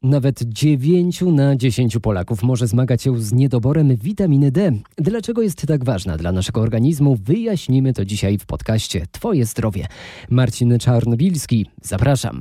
Nawet 9 na 10 Polaków może zmagać się z niedoborem witaminy D. Dlaczego jest tak ważna dla naszego organizmu? Wyjaśnimy to dzisiaj w podcaście Twoje zdrowie. Marcin Czarnobilski, zapraszam.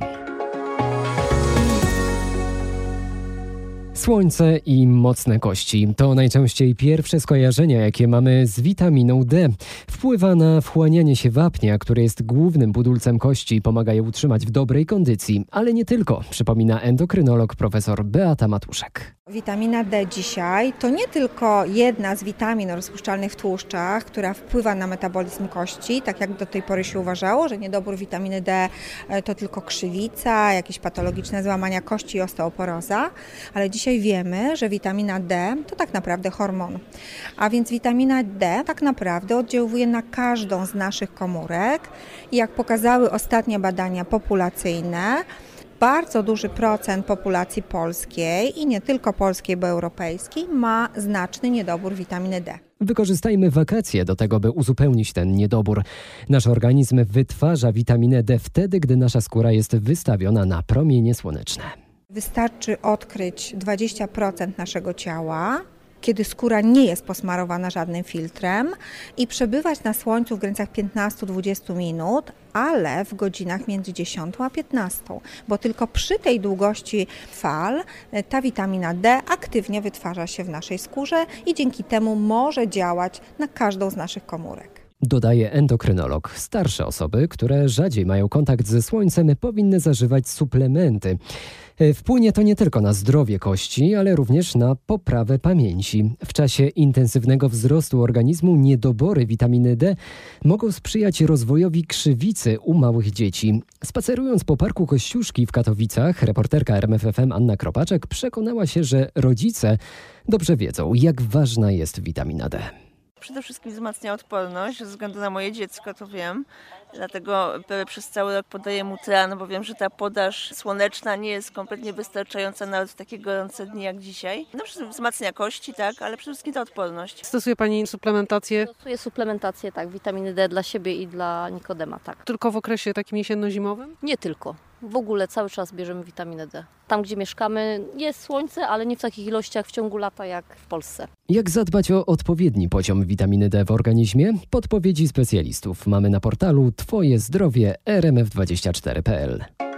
Słońce i mocne kości to najczęściej pierwsze skojarzenia, jakie mamy z witaminą D. Wpływa na wchłanianie się wapnia, które jest głównym budulcem kości i pomaga je utrzymać w dobrej kondycji. Ale nie tylko, przypomina endokrynolog profesor Beata Matuszek. Witamina D dzisiaj to nie tylko jedna z witamin rozpuszczalnych w tłuszczach, która wpływa na metabolizm kości, tak jak do tej pory się uważało, że niedobór witaminy D to tylko krzywica, jakieś patologiczne złamania kości i osteoporoza, ale dzisiaj wiemy, że witamina D to tak naprawdę hormon. A więc witamina D tak naprawdę oddziałuje na każdą z naszych komórek i jak pokazały ostatnie badania populacyjne, bardzo duży procent populacji polskiej i nie tylko polskiej, bo europejskiej ma znaczny niedobór witaminy D. Wykorzystajmy wakacje do tego, by uzupełnić ten niedobór. Nasz organizm wytwarza witaminę D wtedy, gdy nasza skóra jest wystawiona na promienie słoneczne. Wystarczy odkryć 20% naszego ciała, kiedy skóra nie jest posmarowana żadnym filtrem i przebywać na słońcu w granicach 15-20 minut, ale w godzinach między 10 a 15, bo tylko przy tej długości fal ta witamina D aktywnie wytwarza się w naszej skórze i dzięki temu może działać na każdą z naszych komórek. Dodaje endokrynolog. Starsze osoby, które rzadziej mają kontakt ze słońcem, powinny zażywać suplementy. Wpłynie to nie tylko na zdrowie kości, ale również na poprawę pamięci. W czasie intensywnego wzrostu organizmu niedobory witaminy D mogą sprzyjać rozwojowi krzywicy u małych dzieci. Spacerując po Parku Kościuszki w Katowicach, reporterka RMFFM Anna Kropaczek przekonała się, że rodzice dobrze wiedzą, jak ważna jest witamina D. Przede wszystkim wzmacnia odporność, ze względu na moje dziecko, to wiem. Dlatego przez cały rok podaję mu tran, bo wiem, że ta podaż słoneczna nie jest kompletnie wystarczająca nawet w takie gorące dni jak dzisiaj. No, wzmacnia kości, tak, ale przede wszystkim ta odporność. Stosuje Pani suplementację? Stosuję suplementację, tak, witaminy D dla siebie i dla Nikodema, tak. Tylko w okresie takim jesienno-zimowym? Nie tylko. W ogóle cały czas bierzemy witaminę D. Tam, gdzie mieszkamy, jest słońce, ale nie w takich ilościach w ciągu lata jak w Polsce. Jak zadbać o odpowiedni poziom witaminy D w organizmie? Podpowiedzi specjalistów mamy na portalu Twoje zdrowie rmf24.pl.